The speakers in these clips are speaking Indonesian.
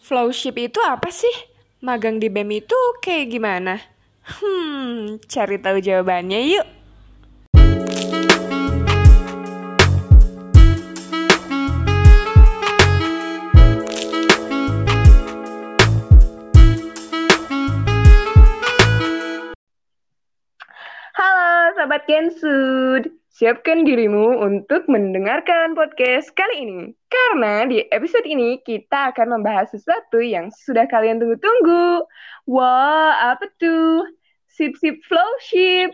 Flowship itu apa sih? Magang di BEM itu kayak gimana? Cari tahu jawabannya yuk. Halo Sobat Gensud, siapkan dirimu untuk mendengarkan podcast kali ini. Karena di episode ini kita akan membahas sesuatu yang sudah kalian tunggu-tunggu. Wah, apa tuh? Sip-sip flowship.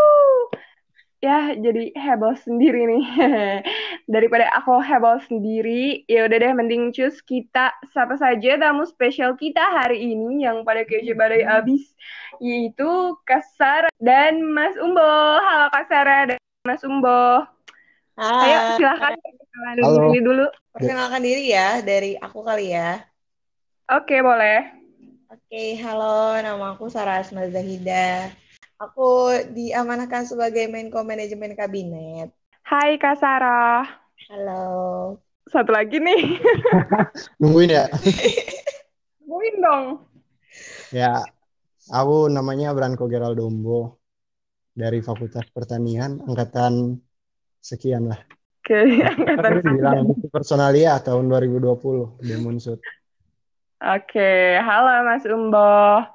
Ya, jadi heboh sendiri nih. Daripada aku heboh sendiri, ya udah deh mending cus kita sapa saja tamu spesial kita hari ini yang pada keja badai abis, yaitu Kak Sarah dan Mas Umbo. Halo Kak Sarah dan Mas Umbo. Ayo Hai, silahkan perkenalan Halo, diri dulu. perkenalkan diri ya dari aku kali ya. Oke, boleh. Oke, halo, nama aku Sarah Asma Zahida. Aku diamanahkan sebagai Menko Manajemen Kabinet. Hai Kak Sarah. Halo. Satu lagi nih. nungguin ya? Mungkin dong. Ya, aku namanya Branko Geraldombo dari Fakultas Pertanian, angkatan sekian lah. Oke, angkatan Aku bilang personalia tahun 2020, Demunsud. Oke, halo Mas Umbo.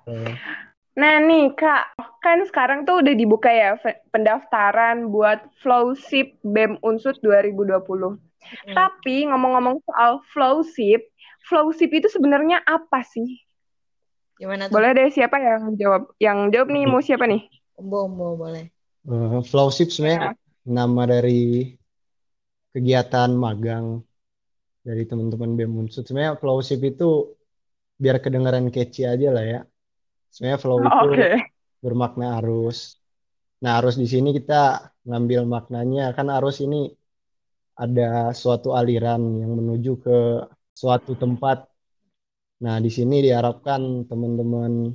Nah nih Kak, kan sekarang tuh udah dibuka ya pendaftaran buat Flowship BEM Unsut 2020. Tapi ngomong-ngomong soal Flowship itu sebenarnya apa sih? Gimana tuh? Boleh deh siapa yang jawab? Yang jawab nih mau siapa nih? Ombo boleh. Flowship sebenarnya nama dari kegiatan magang dari teman-teman BEM Unsud. Sebenarnya Flowship itu biar kedengaran catchy aja lah ya. Sebenarnya flow itu Oke. bermakna arus. Nah, arus di sini kita ngambil maknanya, kan arus ini ada suatu aliran yang menuju ke suatu tempat. Nah, di sini diharapkan teman-teman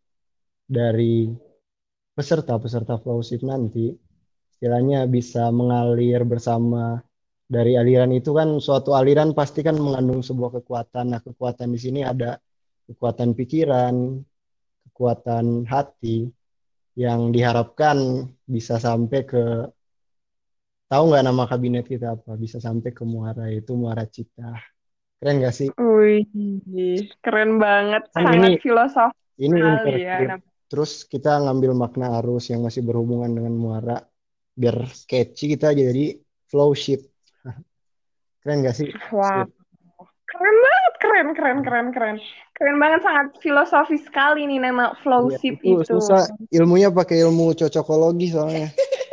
dari peserta flowship nanti istilahnya bisa mengalir bersama. Dari aliran itu kan suatu aliran pasti kan mengandung sebuah kekuatan. Nah, kekuatan di sini ada kekuatan pikiran, kekuatan hati yang diharapkan bisa sampai ke, tahu nggak nama kabinet kita apa? Bisa sampai ke muara, itu muara cita. Keren nggak sih? Wih, keren banget, Kan sangat filosofi ini sekali ya. interskrip. Terus kita ngambil makna arus yang masih berhubungan dengan muara. Biar sketchy kita jadi flowship. Keren nggak sih? Wah, Sip. keren banget, keren. Keren banget, sangat filosofi sekali nih nama Iya, Flowship itu itu. susah. Ilmunya pakai ilmu cocokologi soalnya.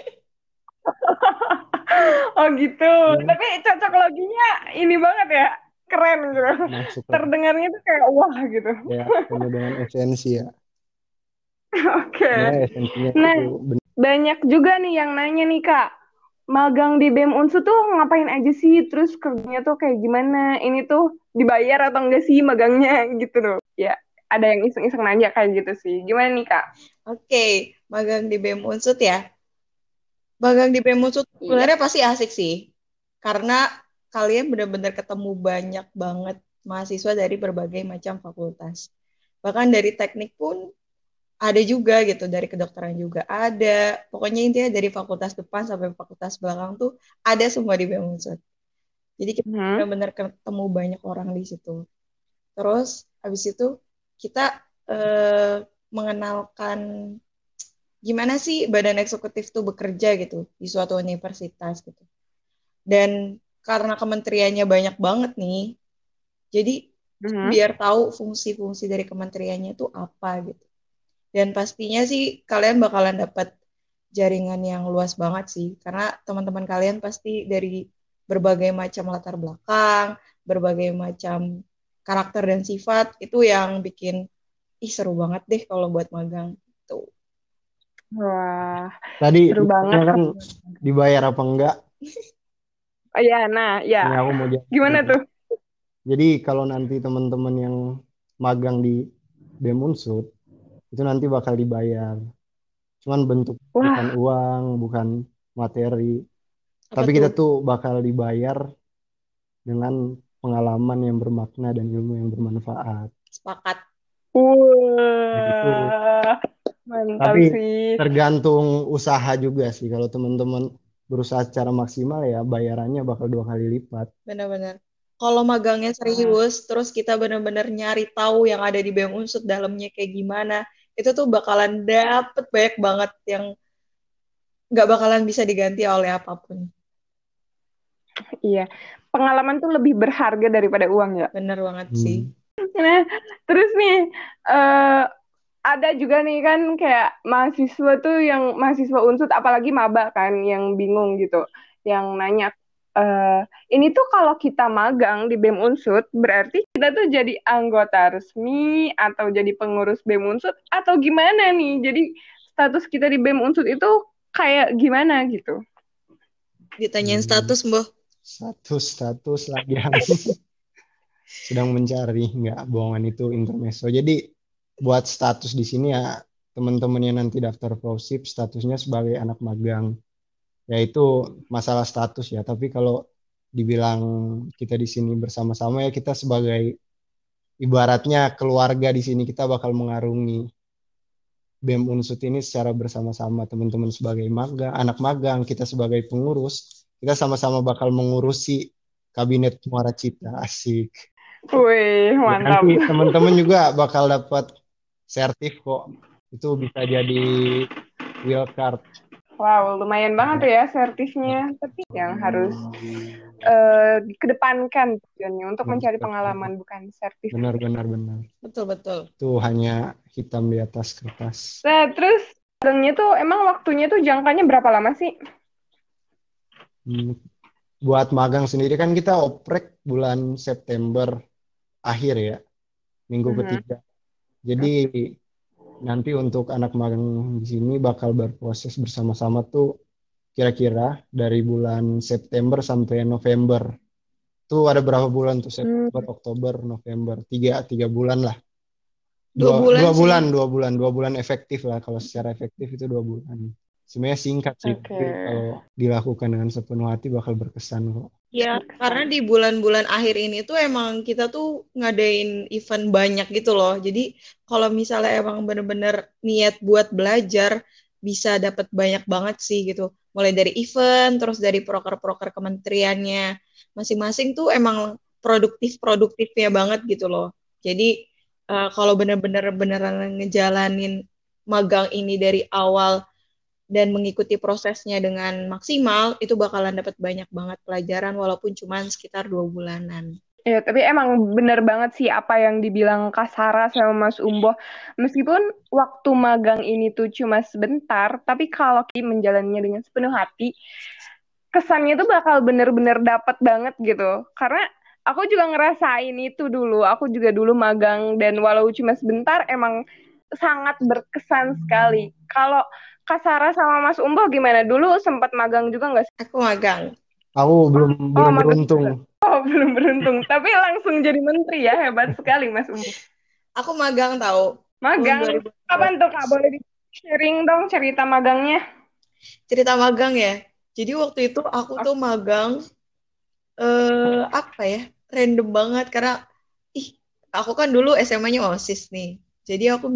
Oh gitu. Hmm, Tapi cocok loginya ini banget ya. Keren gitu. masuk lah. Terdengarnya tuh kayak wah gitu. Ya, penuh dengan esensi ya. Oke. Ya, esensinya Nah, itu benar. banyak juga nih yang nanya nih Kak. Magang di BEM Unsu tuh ngapain aja sih? Terus kerjanya tuh kayak gimana? Ini tuh dibayar atau enggak sih magangnya gitu loh. Ya, ada yang iseng-iseng nanya kayak gitu sih. Gimana nih Kak? Oke, magang di BEM Unsut ya. Magang di BEM Unsut Iya. sebenarnya pasti asik sih. Karena kalian benar-benar ketemu banyak banget mahasiswa dari berbagai macam fakultas. Bahkan dari teknik pun ada juga gitu, dari kedokteran juga ada. Pokoknya intinya dari fakultas depan sampai fakultas belakang tuh ada semua di BEM Unsut. Jadi kita Hmm. benar-benar ketemu banyak orang di situ. Terus habis itu kita mengenalkan gimana sih badan eksekutif tuh bekerja gitu di suatu universitas gitu. Dan karena kementeriannya banyak banget nih, jadi Mhm. biar tahu fungsi-fungsi dari kementeriannya itu apa gitu. Dan pastinya sih kalian bakalan dapat jaringan yang luas banget sih, karena teman-teman kalian pasti dari berbagai macam latar belakang, berbagai macam karakter dan sifat, itu yang bikin, ih seru banget deh kalau buat magang. Tuh. Wah, Tadi seru banget. nanya kan dibayar apa enggak? Oh iya, nah, ya. Ini aku mau jawab Gimana nih. tuh? Jadi kalau nanti teman-teman yang magang di BEM Unsud itu nanti bakal dibayar. Cuman bentuk bukan Wah, uang, bukan materi. Apa Tapi tuh? kita tuh bakal dibayar dengan pengalaman yang bermakna dan ilmu yang bermanfaat. Sepakat. Ya, itu. Wah, mantap Tapi sih. tergantung usaha juga sih. Kalau teman-teman berusaha secara maksimal ya bayarannya bakal 2 kali lipat. Benar-benar. Kalau magangnya Wah, serius, terus kita benar-benar nyari tahu yang ada di BEM Unsut dalamnya kayak gimana, itu tuh bakalan dapet banyak banget yang nggak bakalan bisa diganti oleh apapun. iya. Pengalaman tuh lebih berharga daripada uang ya. Bener banget sih. Hmm. Nah, terus nih, eh ada juga nih kan kayak mahasiswa tuh yang mahasiswa unsut apalagi maba kan yang bingung gitu yang nanya eh ini tuh kalau kita magang di BEM Unsut berarti kita tuh jadi anggota resmi atau jadi pengurus BEM Unsut atau gimana nih jadi status kita di BEM Unsut itu kayak gimana gitu. Ditanyain Hmm. status, Mbah. Status lagi yang sedang mencari, nggak bohongan itu intermezzo. Jadi buat status di sini ya teman-teman yang nanti daftar FOSIP statusnya sebagai anak magang, yaitu masalah status ya. Tapi kalau dibilang kita di sini bersama-sama ya kita sebagai ibaratnya keluarga di sini kita bakal mengarungi BEM Unsut ini secara bersama-sama teman-teman sebagai magang, anak magang, kita sebagai pengurus, kita sama-sama bakal mengurusi kabinet Muara Cita, asik. Wih, Ya, mantap. nanti teman-teman juga bakal dapat sertif kok. Itu bisa jadi wheel card. Wow, lumayan banget tuh ya sertifnya. Tapi yang harus dikedepankan tujuannya untuk mencari pengalaman bukan sertif. Benar, benar. Betul-betul. Itu hanya hitam di atas kertas. Nah, terus magangnya tuh emang waktunya tuh jangkanya berapa lama sih? Buat magang sendiri kan kita oprek bulan September akhir ya, minggu ketiga. Jadi nanti untuk anak magang di sini bakal berproses bersama-sama tuh kira-kira dari bulan September sampai November. Tuh ada berapa bulan tuh? September, Oktober, November. Tiga bulan lah. 2 bulan sih. Dua bulan efektif lah. Kalau secara efektif itu 2 bulan. Sebenarnya singkat sih, tapi kalau dilakukan dengan sepenuh hati bakal berkesan kok. Ya, karena di bulan-bulan akhir ini tuh emang kita tuh ngadain event banyak gitu loh. Jadi kalau misalnya emang bener-bener niat buat belajar, bisa dapat banyak banget sih gitu. Mulai dari event, terus dari proker-proker kementeriannya. Masing-masing tuh emang produktifnya banget gitu loh. Jadi kalau bener-bener beneran ngejalanin magang ini dari awal dan mengikuti prosesnya dengan maksimal, itu bakalan dapat banyak banget pelajaran walaupun cuma sekitar 2 bulanan. Ya, tapi emang bener banget sih apa yang dibilang Kak Sarah sama Mas Umboh. Meskipun waktu magang ini tuh cuma sebentar, tapi kalau kita menjalannya dengan sepenuh hati, kesannya tuh bakal bener-bener dapat banget gitu. Karena aku juga ngerasain itu dulu. Aku juga dulu magang dan walau cuma sebentar, emang sangat berkesan sekali. Kalau Kak Sarah sama Mas Umboh gimana? Dulu sempat magang juga nggak sih? Aku magang. Aku belum magang beruntung. juga. Oh, belum beruntung. Tapi langsung jadi menteri ya. Hebat sekali, Mas Umboh. Aku magang tahu. Magang. Kapan tuh, Kak? Boleh di-sharing dong cerita magangnya? Cerita magang ya. Jadi waktu itu aku tuh magang apa ya? Random banget karena aku kan dulu SMA-nya OSIS nih. Jadi aku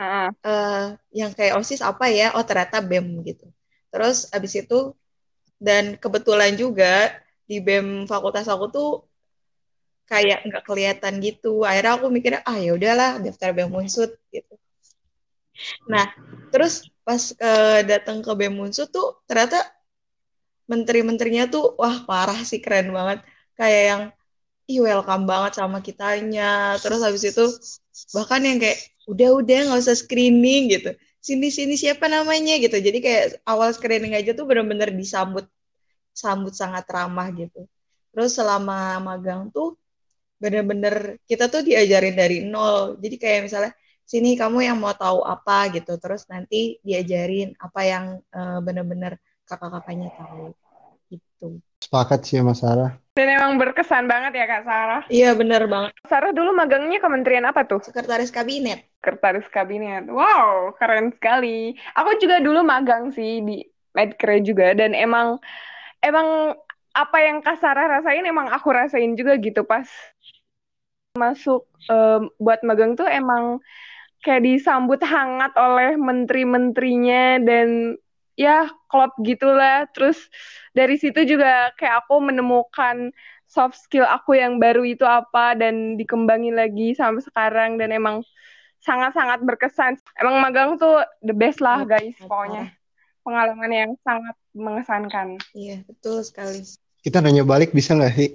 yang kayak OSIS apa ya? Oh, ternyata BEM gitu. Terus abis itu dan kebetulan juga di BEM fakultas aku tuh kayak nggak kelihatan gitu. Akhirnya aku mikirnya ya udahlah daftar BEM Unsut gitu. Nah, terus pas datang ke BEM Unsut tuh ternyata menteri-menterinya tuh wah parah sih, keren banget. Kayak yang welcome banget sama kitanya. Terus habis itu bahkan yang kayak udah nggak usah screening gitu. Sini siapa namanya gitu. Jadi kayak awal screening aja tuh benar-benar disambut sangat ramah gitu. Terus selama magang tuh bener-bener kita tuh diajarin dari nol. Jadi kayak misalnya sini kamu yang mau tahu apa gitu, terus nanti diajarin apa yang bener-bener kakak-kakaknya tahu gitu. Sepakat sih Mas Sarah. Dan emang berkesan banget ya Kak Sarah. Iya bener banget. Sarah dulu magangnya kementerian apa tuh? Sekretaris kabinet. Sekretaris kabinet. Wow, keren sekali. Aku juga dulu magang sih di Medcre juga dan emang apa yang Kak Sarah rasain emang aku rasain juga gitu pas masuk buat magang tuh emang kayak disambut hangat oleh menteri-menterinya dan ya klop gitulah. Terus dari situ juga kayak aku menemukan soft skill aku yang baru itu apa dan dikembangin lagi sampai sekarang dan emang sangat-sangat berkesan. Emang magang tuh the best lah Iya, guys, sangat pokoknya parah. pengalaman yang sangat mengesankan. Iya, betul sekali. Kita nanya balik bisa nggak sih?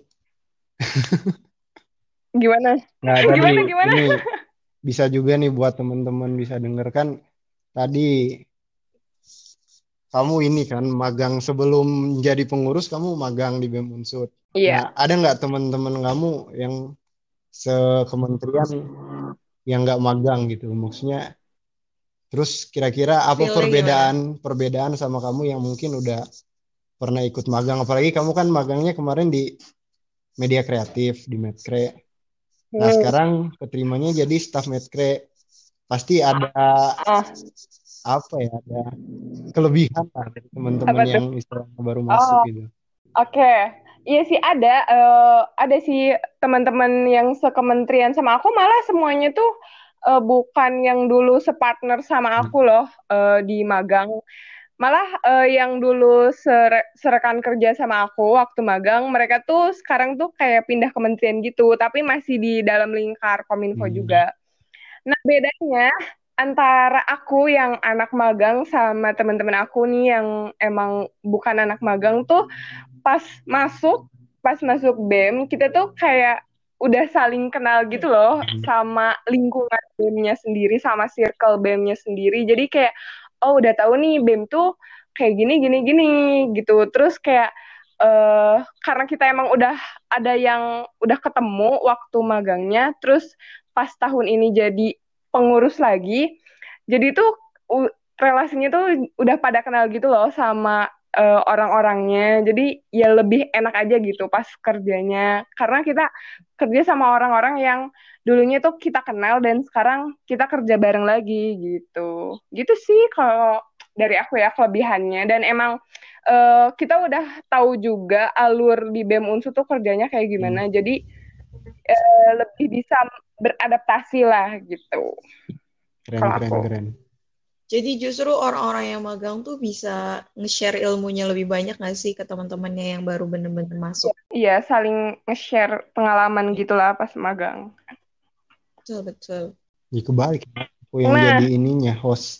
Gimana? Nah, tadi Gimana? ini bisa juga nih buat teman-teman bisa denger kan tadi kamu ini kan magang sebelum jadi pengurus kamu magang di BEM Unsut. Iya. Nah, ada nggak teman-teman kamu yang sekementerian yang nggak magang gitu? Maksudnya, terus kira-kira apa Feel-nya gimana? perbedaan sama kamu yang mungkin udah pernah ikut magang? Apalagi kamu kan magangnya kemarin di media kreatif di Medcre. Nah, Hmm. sekarang keterimanya jadi staf Medcre. Pasti ada Oh, apa ya? Ada kelebihan lah dari teman-teman apa tuh? yang istilahnya baru masuk Oh, gitu. oke. Iya sih ada sih teman-teman yang sekementerian sama aku malah semuanya tuh bukan yang dulu separtner sama aku loh di magang. Malah yang dulu serekan kerja sama aku waktu magang, mereka tuh sekarang tuh kayak pindah kementerian gitu, tapi masih di dalam lingkar Kominfo juga. Hmm. Nah, bedanya antara aku yang anak magang sama teman-teman aku nih yang emang bukan anak magang tuh pas masuk pas masuk BEM kita tuh kayak udah saling kenal gitu loh sama lingkungan BEM-nya sendiri sama circle BEM-nya sendiri. Jadi kayak oh udah tahu nih BEM tuh kayak gini gini gini gitu. Terus kayak karena kita emang udah ada yang udah ketemu waktu magangnya, terus pas tahun ini jadi pengurus lagi, jadi tuh relasinya tuh udah pada kenal gitu loh sama orang-orangnya. Jadi ya lebih enak aja gitu pas kerjanya. Karena kita kerja sama orang-orang yang dulunya tuh kita kenal dan sekarang kita kerja bareng lagi gitu. Gitu sih kalau dari aku ya kelebihannya. Dan emang kita udah tahu juga alur di BEM Unsur tuh kerjanya kayak Hmm. gimana. Jadi lebih bisa beradaptasi lah gitu. Keren, Kalau keren, aku. keren. Jadi justru orang-orang yang magang tuh bisa nge-share ilmunya lebih banyak nggak sih ke teman-temannya yang baru bener-bener masuk? Iya, saling nge-share pengalaman gitulah pas magang. Betul, betul. Jadi kebalik. Aku yang jadi Nah, ininya host.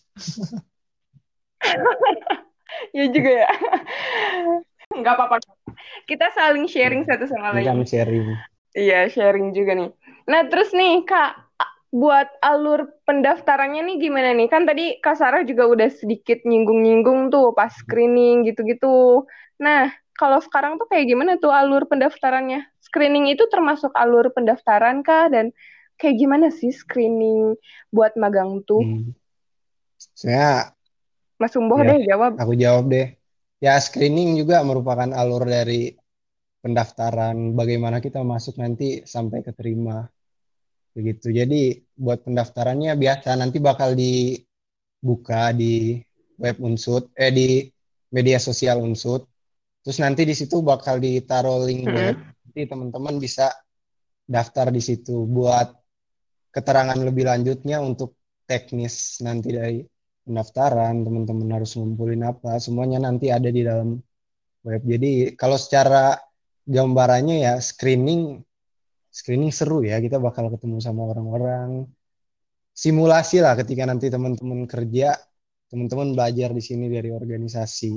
ya juga ya. Nggak apa-apa. Kita saling sharing Hmm. satu sama Ini kan lain. sharing. Iya, sharing juga nih. Nah, terus nih, Kak, buat alur pendaftarannya nih gimana nih? Kan tadi Kak Sarah juga udah sedikit nyinggung-nyinggung tuh pas screening gitu-gitu. Nah, kalau sekarang tuh kayak gimana tuh alur pendaftarannya? Screening itu termasuk alur pendaftaran kah? Dan kayak gimana sih screening buat magang tuh? Hmm. Saya Mas Umboh ya deh jawab. aku jawab deh. Ya screening juga merupakan alur dari pendaftaran bagaimana kita masuk nanti sampai keterima begitu. Jadi buat pendaftarannya biasa nanti bakal dibuka di web Unsut di media sosial Unsut. Terus nanti di situ bakal ditaruh link web. Mm-mm. Nanti teman-teman bisa daftar di situ buat keterangan lebih lanjutnya untuk teknis nanti dari pendaftaran, teman-teman harus ngumpulin apa, semuanya nanti ada di dalam web. Jadi kalau secara gambarannya ya screening seru ya, kita bakal ketemu sama orang-orang, simulasi lah ketika nanti teman-teman kerja, teman-teman belajar di sini dari organisasi,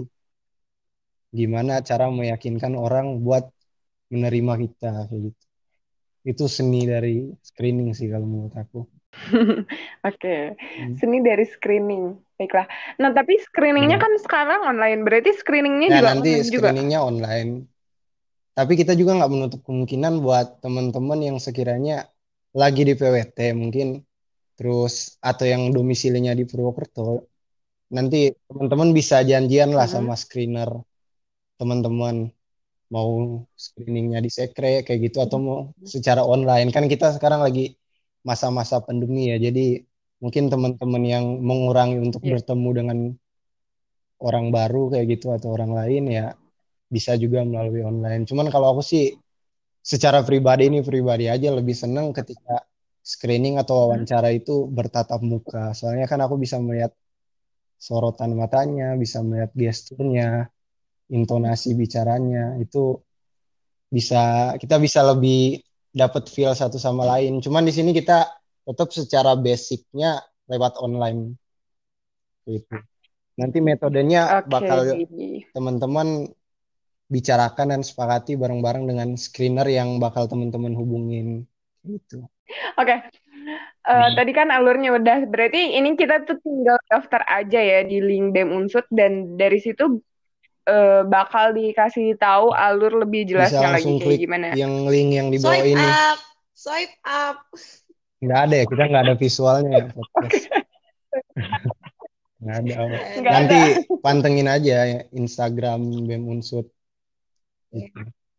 gimana cara meyakinkan orang buat menerima kita kayak gitu. Itu seni dari screening sih kalau menurut aku. Oke, Hmm. seni dari screening. Baiklah. Nah, tapi screeningnya Ya. kan sekarang online. Berarti screeningnya Ya, juga nanti online juga. screeningnya online. Tapi kita juga nggak menutup kemungkinan buat teman-teman yang sekiranya lagi di PWT mungkin terus atau yang domisilinya di Purwokerto. Nanti teman-teman bisa janjian lah Mm-mm. sama screener teman-teman mau screeningnya di Sekre kayak gitu atau mau secara online. Kan kita sekarang lagi masa-masa pandemi ya. Jadi mungkin teman-teman yang mengurangi untuk Iya. bertemu dengan orang baru kayak gitu atau orang lain ya bisa juga melalui online. Cuman kalau aku sih secara pribadi aja lebih seneng ketika screening atau wawancara itu bertatap muka. Soalnya kan aku bisa melihat sorotan matanya, bisa melihat gesturnya, intonasi bicaranya. Itu kita bisa lebih dapat feel satu sama lain. Cuman di sini kita tetap secara basicnya lewat online gitu. Nanti metodenya Oke. bakal teman-teman bicarakan dan sepakati bareng-bareng dengan screener yang bakal teman-teman hubungin gitu. Oke. Tadi kan alurnya udah, berarti ini kita tuh tinggal daftar aja ya di link BEM Unsut dan dari situ bakal dikasih tahu alur lebih Bisa jelasnya lagi langsung kayak klik gimana. yang link yang di bawah Swipe ini. up, swipe up. Nggak ada ya, kita nggak ada visualnya ya podcast. Oke. Nggak ada. Nggak Nanti ada. pantengin aja ya Instagram BEM Unsut. Gitu.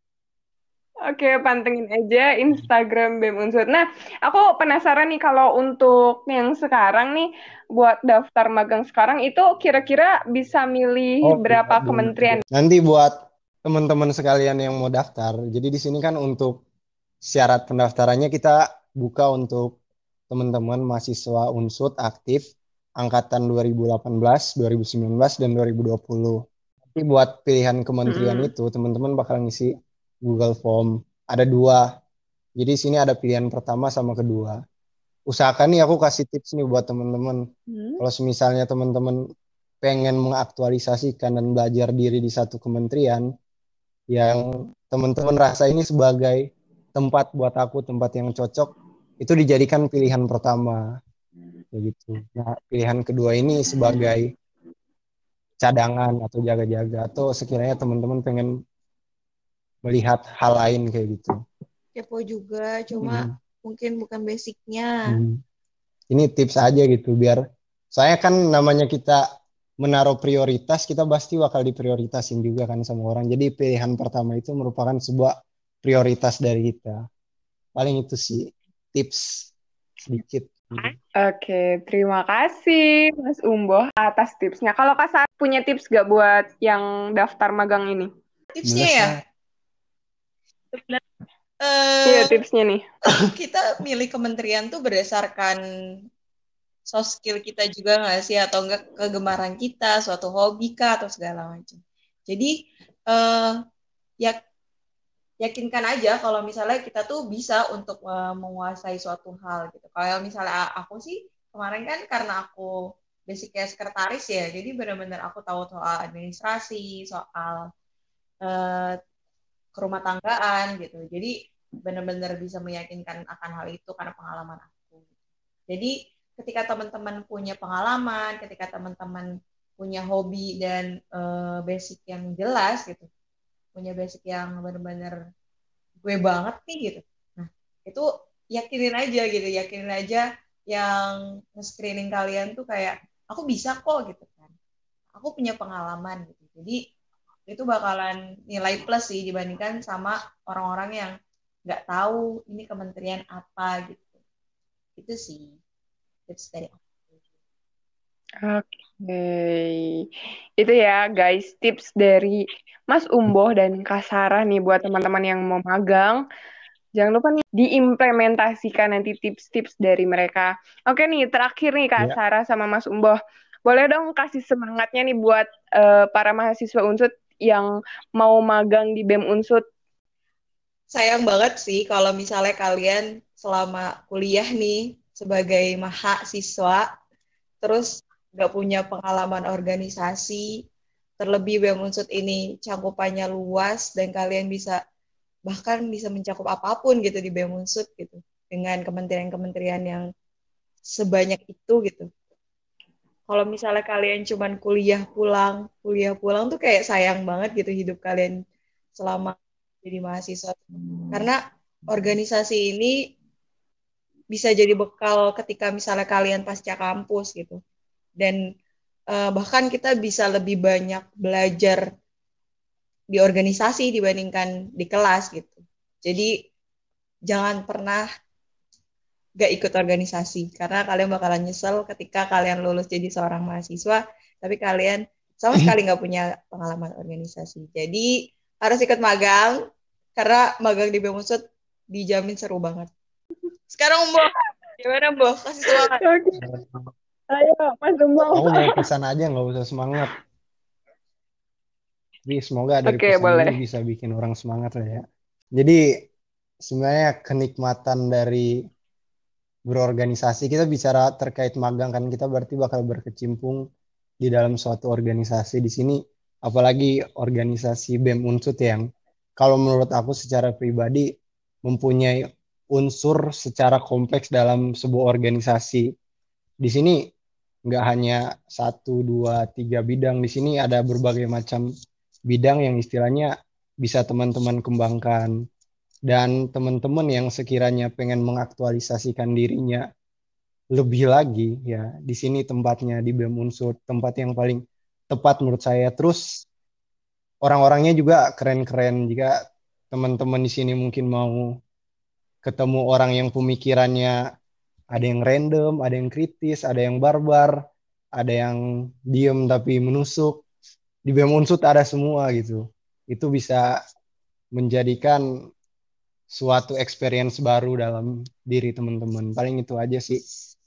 Oke, pantengin aja Instagram BEM Unsur. Nah, aku penasaran nih kalau untuk yang sekarang nih, buat daftar magang sekarang itu kira-kira bisa Oh, milih iya, berapa kementerian? nanti buat teman-teman sekalian yang mau daftar. Jadi di sini kan untuk syarat pendaftarannya kita buka untuk teman-teman mahasiswa Unsut aktif angkatan 2018, 2019, dan 2020. Nanti buat pilihan kementerian itu teman-teman bakal ngisi Google Form. Ada dua. Jadi sini ada pilihan pertama sama kedua. Usahakan nih aku kasih tips nih buat teman-teman. Kalau misalnya teman-teman pengen mengaktualisasikan dan belajar diri di satu kementerian yang teman-teman rasa ini sebagai tempat buat aku, tempat yang cocok, itu dijadikan pilihan pertama. Begitu. Nah, pilihan kedua ini sebagai cadangan atau jaga-jaga atau sekiranya teman-teman pengen melihat hal lain kayak gitu. Kepo juga, cuma mungkin bukan basicnya. Ini tips aja gitu biar saya kan namanya kita menaruh prioritas, kita pasti bakal diprioritasin juga kan sama orang. Jadi pilihan pertama itu merupakan sebuah prioritas dari kita. Paling itu sih tips sedikit. Oke, terima kasih Mas Umboh atas tipsnya. Kalau Kak Sar punya tips gak buat yang daftar magang ini? Tipsnya ya? Iya, tipsnya nih. Kita milih kementerian tuh berdasarkan soft skill kita juga nggak sih? Atau enggak kegemaran kita, suatu hobi kah, atau segala macam. Jadi, ya yakinkan aja kalau misalnya kita tuh bisa untuk menguasai suatu hal gitu. Kalau misalnya aku sih kemarin kan karena aku basicnya sekretaris ya, jadi benar-benar aku tahu soal administrasi, soal kerumah tanggaan gitu. Jadi benar-benar bisa meyakinkan akan hal itu karena pengalaman aku. Jadi ketika teman-teman punya pengalaman, ketika teman-teman punya hobi dan basic yang jelas gitu, punya basic yang benar-benar gue banget nih gitu. Nah, itu yakinin aja yang nge-screening kalian tuh kayak aku bisa kok gitu kan. Aku punya pengalaman gitu. Jadi itu bakalan nilai plus sih dibandingkan sama orang-orang yang nggak tahu ini kementerian apa gitu. Itu sih tips dari aku. Oke, itu ya guys tips dari Mas Umboh dan Kak Sarah nih buat teman-teman yang mau magang. Jangan lupa nih diimplementasikan nanti tips-tips dari mereka. Oke nih, terakhir nih Kak Sarah sama Mas Umboh. Boleh dong kasih semangatnya nih buat para mahasiswa Unsut yang mau magang di BEM Unsut. Sayang banget sih kalau misalnya kalian selama kuliah nih sebagai mahasiswa terus nggak punya pengalaman organisasi, terlebih BEM Unsut ini cakupannya luas dan kalian bahkan bisa mencakup apapun gitu di BEM Unsut gitu dengan kementerian-kementerian yang sebanyak itu gitu. Kalau misalnya kalian cuman kuliah pulang tuh kayak sayang banget gitu hidup kalian selama jadi mahasiswa. Karena organisasi ini bisa jadi bekal ketika misalnya kalian pasca kampus gitu. Dan bahkan kita bisa lebih banyak belajar di organisasi dibandingkan di kelas gitu. Jadi jangan pernah gak ikut organisasi karena kalian bakalan nyesel ketika kalian lulus jadi seorang mahasiswa tapi kalian sama sekali gak punya pengalaman organisasi. Jadi harus ikut magang karena magang di BEM Unsut dijamin seru banget. Sekarang Mbok, gimana Mbok? Kasih semangat. Oke, ayo Mas Gembong. Aku mau pesan aja, nggak usah semangat. Jadi semoga dari Oke, pesan ini boleh. bisa bikin orang semangat lah ya. Jadi sebenarnya kenikmatan dari berorganisasi, kita bicara terkait magang kan, kita berarti bakal berkecimpung di dalam suatu organisasi di sini, apalagi organisasi BEM Unsut yang kalau menurut aku secara pribadi mempunyai unsur secara kompleks dalam sebuah organisasi. Di sini nggak hanya satu, dua, tiga bidang. Di sini ada berbagai macam bidang yang istilahnya bisa teman-teman kembangkan. Dan teman-teman yang sekiranya pengen mengaktualisasikan dirinya lebih lagi, ya di sini tempatnya di BEM Unsur, tempat yang paling tepat menurut saya. Terus orang-orangnya juga keren-keren. Jika teman-teman di sini mungkin mau ketemu orang yang pemikirannya ada yang random, ada yang kritis, ada yang barbar, ada yang diem tapi menusuk. Di BEM Unsut ada semua gitu. Itu bisa menjadikan suatu experience baru dalam diri teman-teman. Paling itu aja sih.